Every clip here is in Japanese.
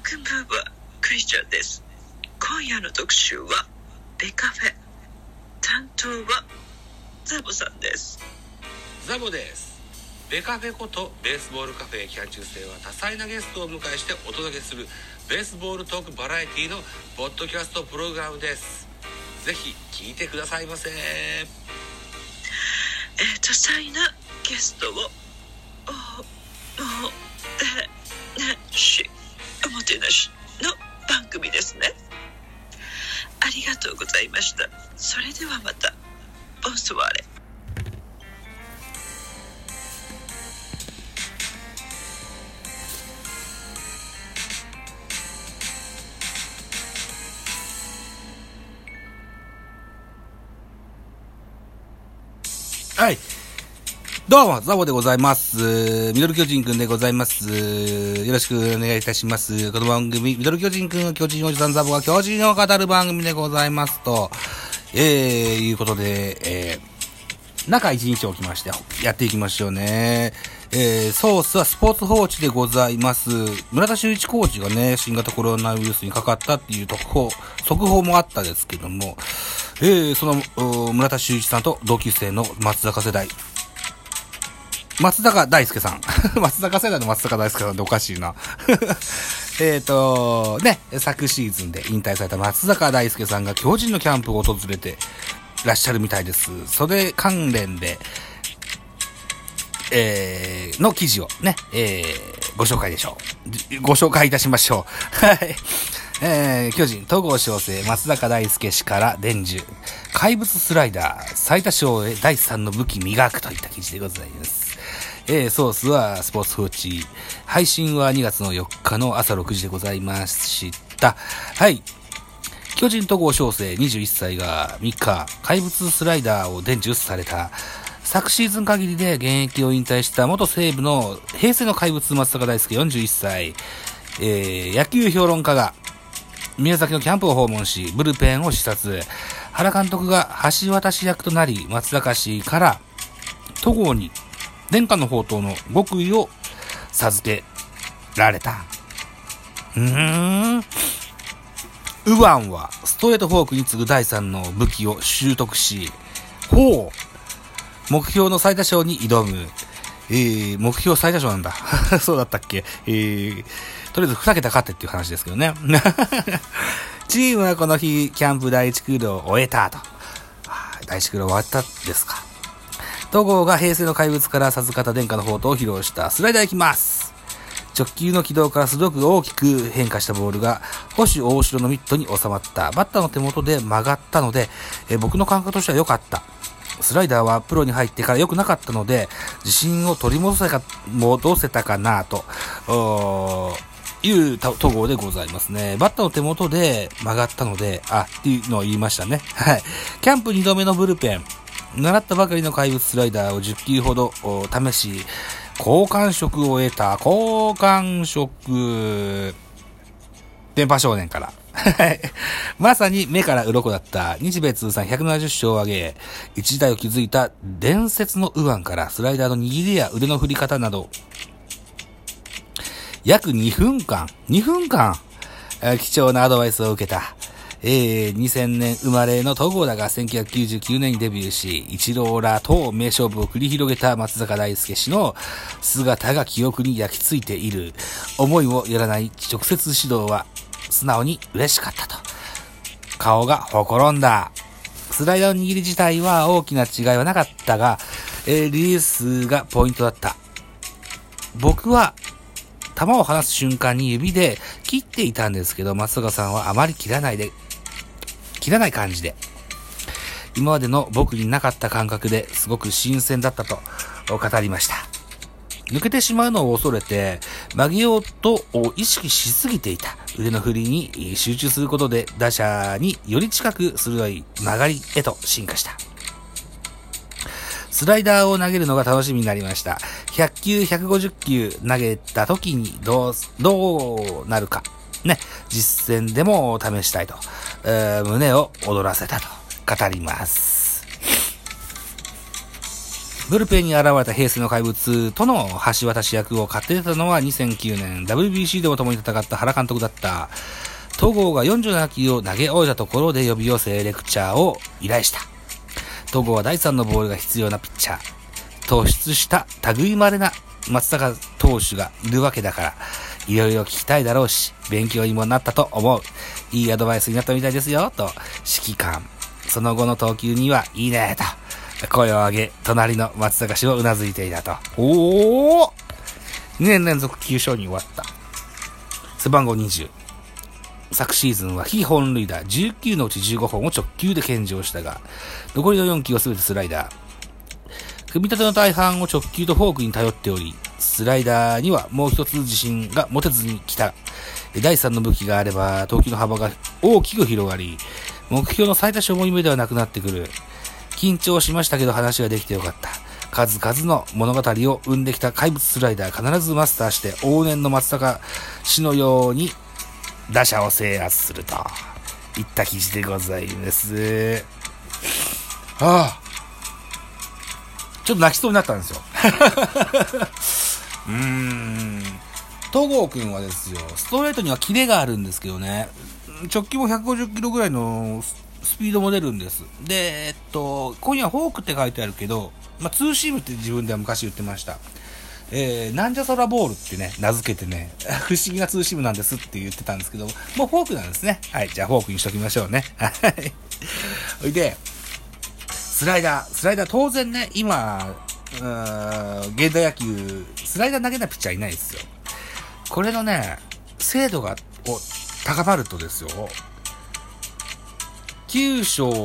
こんばんは、クリスチャンです。今夜の特集はベカフェ。担当はザボさんです。 ザボです。ベカフェことベースボールカフェ期間中制は多彩なゲストをお迎えしてお届けするベースボールトークバラエティのポッドキャストプログラムです。ぜひ聞いてくださいませ。 多彩なゲストをおもてなしの番組ですね。ありがとうございました。それではまた。ボンソワーレ。 はい。どうも、ザボでございます。ミドル巨人くんでございます。よろしくお願いいたします。この番組、ミドル巨人くんの巨人おじさんザボが巨人を語る番組でございますと、いうことで、中1日置きまして、やっていきましょうね。ソースはスポーツ報知でございます。村田修一コーチがね、新型コロナウイルスにかかったっていう速報もあったですけども、その、村田修一さんと同級生の松坂世代、松坂大輔さん。松坂世代の松坂大輔さんっておかしいな。昨シーズンで引退された松坂大輔さんが巨人のキャンプを訪れてらっしゃるみたいです。それ関連で、の記事をね、ご紹介いたしましょう。はい。巨人、戸郷翔征、松坂大輔氏から伝授。怪物スライダー、最多勝へ第3の武器磨くといった記事でございます。ソースはスポーツ報知。配信は2月の4日の朝6時でございました。はい。巨人戸郷翔征21歳が3日、怪物スライダーを伝授された。昨シーズン限りで現役を引退した元西武の平成の怪物松坂大輔41歳。野球評論家が宮崎のキャンプを訪問し、ブルペンを視察。原監督が橋渡し役となり、松坂氏から戸郷に伝家の宝刀の極意を授けられた。右腕はストレートフォークに次ぐ第3の武器を習得し、目標の最多勝に挑む。目標最多勝なんだ。そうだったっけ。とりあえず2桁勝ってっていう話ですけどね。チームはこの日、キャンプ第1クールを終えたと。第1クール終わったですか。戸郷が平成の怪物から授かった伝家の宝刀を披露したスライダーいきます。直球の軌道から鋭く大きく変化したボールが保守大城のミットに収まった。バッターの手元で曲がったので、僕の感覚としては良かった。スライダーはプロに入ってから良くなかったので、自信を取り戻せたかなという戸郷でございますね。バッターの手元で曲がったので、っていうのを言いましたね。はい。キャンプ2度目のブルペン。習ったばかりの怪物スライダーを10球ほど試し、好感触を得た。電波少年から。まさに目から鱗だった日米通算170勝を挙げ、一時代を築いた伝説の右腕からスライダーの握りや腕の振り方など、約2分間、貴重なアドバイスを受けた。2000年生まれの戸郷だが1999年にデビューし、イチローらと名勝負を繰り広げた松坂大輔氏の姿が記憶に焼き付いている。思いもよらない直接指導は素直に嬉しかったと。顔がほころんだ。スライダーの握り自体は大きな違いはなかったが、リリースがポイントだった。僕は球を離す瞬間に指で切っていたんですけど、松坂さんはあまり切らない感じで、今までの僕になかった感覚ですごく新鮮だったと語りました。抜けてしまうのを恐れて曲げようと意識しすぎていた。腕の振りに集中することで打者により近く鋭い曲がりへと進化した。スライダーを投げるのが楽しみになりました。100球、150球投げた時にどうなるか。ね、実戦でも試したいと、胸を躍らせたと語ります。 ブルペンに現れた平成の怪物との橋渡し役を買って出たのは2009年 WBC でも共に戦った原監督だった。戸郷が47球を投げ終えたところで呼び寄せレクチャーを依頼した。戸郷は第3のボールが必要なピッチャー。突出した類まれな松坂投手がいるわけだから、いろいろ聞きたいだろうし、勉強にもなったと思う。いいアドバイスになったみたいですよ、と指揮官。その後の投球にはいいね、と声を上げ、隣の松坂氏をうなずいていたと。おー !2 年連続9勝に終わった。背番号20。昨シーズンは非本塁打19のうち15本を直球で献上したが、残りの4球はすべてスライダー。組み立ての大半を直球とフォークに頼っており、スライダーにはもう一つ自信が持てずに来た。第3の武器があれば、投球の幅が大きく広がり、目標の最多勝利目ではなくなってくる。緊張しましたけど話ができてよかった。数々の物語を生んできた怪物スライダー必ずマスターして往年の松坂氏のように打者を制圧するといった記事でございます。ちょっと泣きそうになったんですよ。戸郷くんはですよ、ストレートにはキレがあるんですけどね、直球も150キロぐらいのスピードも出るんです。で、ここにはフォークって書いてあるけど、ツーシームって自分では昔言ってました。なんじゃそらボールってね、名付けてね、不思議なツーシームなんですって言ってたんですけど、もうフォークなんですね。はい、じゃあフォークにしときましょうね。はい。おいで、スライダー当然ね、今、現代野球、スライダー投げないピッチャーいないですよ。これのね、精度が高まるとですよ、9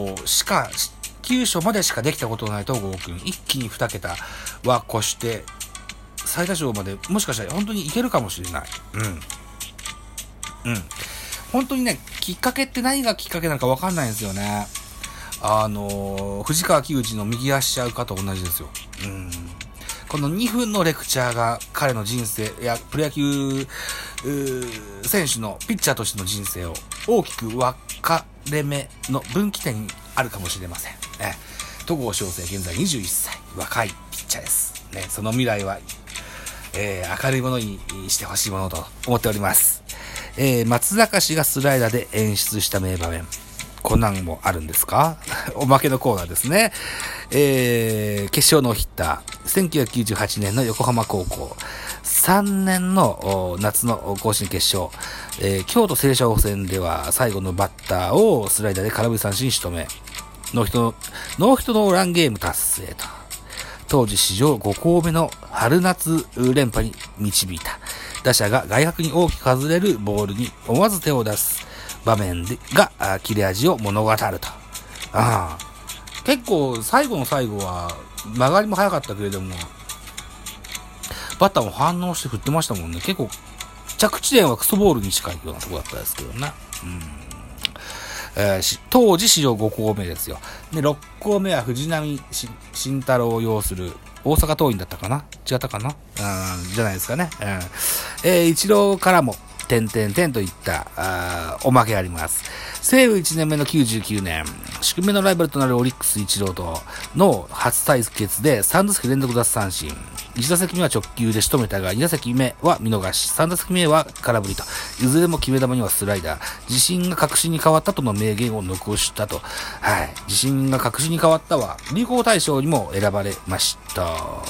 勝までしかできたことのない戸郷くん、一気に2桁は越して、最多勝までもしかしたら本当にいけるかもしれない。本当にね、きっかけって何がきっかけなのか分かんないんですよね。藤川球児の右足アウかと同じですよ。この2分のレクチャーが彼の人生やプロ野球選手のピッチャーとしての人生を大きく分かれ目の分岐点にあるかもしれません。戸郷翔征現在21歳、若いピッチャーです。その未来は、明るいものにしてほしいものと思っております。松坂氏がスライダーで演出した名場面。こんなんもあるんですか？おまけのコーナーですね。決勝のヒッター、1998年の横浜高校、3年の夏の甲子園決勝、京都聖書戦では最後のバッターをスライダーで空振り三振仕留め、ノーヒットノーランゲーム達成と。当時史上5校目の春夏連覇に導いた。打者が外角に大きく外れるボールに思わず手を出す場面が切れ味を物語ると。結構最後の最後は曲がりも早かったけれども、バッターも反応して振ってましたもんね。結構着地点はクソボールに近いようなところだったですけどね。当時史上5校目ですよ。で、6校目は藤浪晋太郎を擁する大阪桐蔭だったかな？違ったかな？じゃないですかね。イチローからもといったおまけあります。西武1年目の99年、宿命のライバルとなるオリックスイチローとの初対決で3打席連続奪三振。1打席目は直球で仕留めたが、2打席目は見逃し、3打席目は空振りと、いずれも決め球にはスライダー。自信が確信に変わったとの名言を残したと。自信が確信に変わったは、流行大賞にも選ばれました。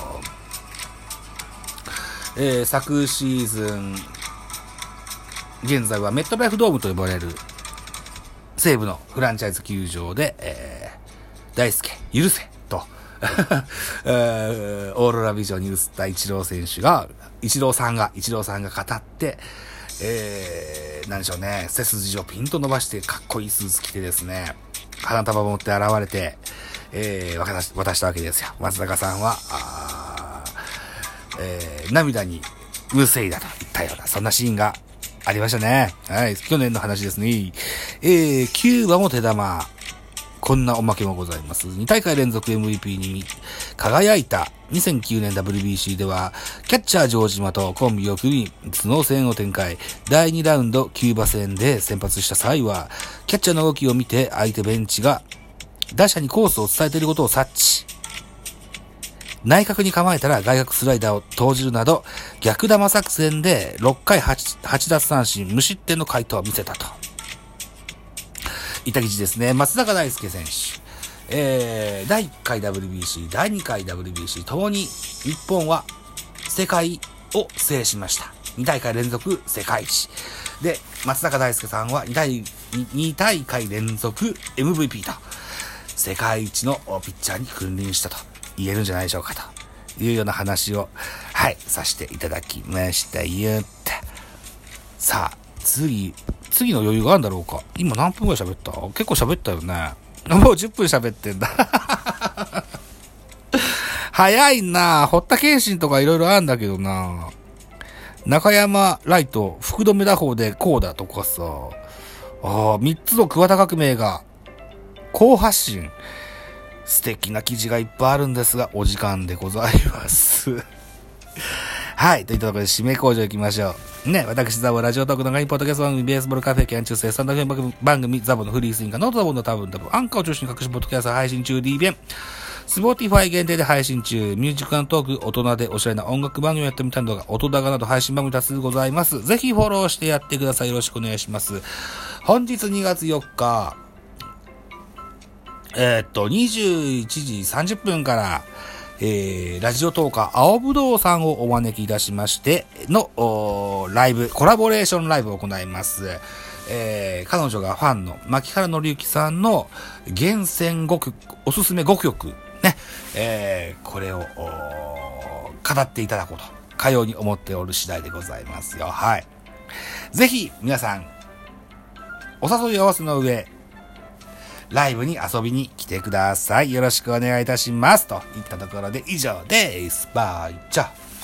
昨シーズン、現在はメットライフドームと呼ばれる西武のフランチャイズ球場で、大輔許せとオーロラビジョンに映ったイチローさんが語って、なんでしょうね、背筋をピンと伸ばしてかっこいいスーツ着てですね、花束を持って現れて、渡したわけですよ。松坂さんは涙にうるせいだと言ったような、そんなシーンがありましたね。去年の話ですね。キューバも手玉。こんなおまけもございます。2大会連続 MVP に輝いた2009年 WBC では、キャッチャー城島とコンビを組み、頭脳戦を展開。第2ラウンドキューバ戦で先発した際は、キャッチャーの動きを見て相手ベンチが打者にコースを伝えていることを察知。 内角に構えたら外角スライダーを投じるなど、逆球作戦で6回 8奪三振、無失点の快投を見せたと。いった記事ですね。松坂大輔選手。第1回 WBC、第2回 WBC、ともに日本は世界を制しました。2大会連続世界一。で、松坂大輔さんは2大会連続 MVP と、世界一のピッチャーに君臨したと言えるんじゃないでしょうかというような話を、はい、させていただきましたよって。さあ、次の余裕があるんだろうか。今何分ぐらい喋った？結構喋ったよね。もう10分喋ってんだ。早いな。堀田健信とかいろいろあるんだけどな。中山ライト、福留打法でこうだとかさ。3つの桑田革命が好発信。素敵な記事がいっぱいあるんですが、お時間でございます。はい。といったところで締め工場行きましょう。ね、私、ザボラジオトークのガインポッドキャスト番組、ベースボールカフェキャン中世、スタンドFM番組、ザボのフリースインカー、ノートザボの多分、アンカーを中心に各種ポッドキャスト配信中、D 弁。スポーティファイ限定で配信中、ミュージック&トーク、大人でおしゃれな音楽番組をやってみたい動画、音高など配信番組多数ございます。ぜひフォローしてやってください。よろしくお願いします。本日2月4日、21時30分から、ラジオトーカー青ぶどうさんをお招きいたしましてのライブ、コラボレーションライブを行います。彼女がファンの牧原紀之さんの厳選5曲、おすすめ5曲ね、これを語っていただこうとかように思っておる次第でございますよ。はい。ぜひ皆さんお誘い合わせの上、ライブに遊びに来てください。よろしくお願いいたします。といったところで以上です。バイチャー。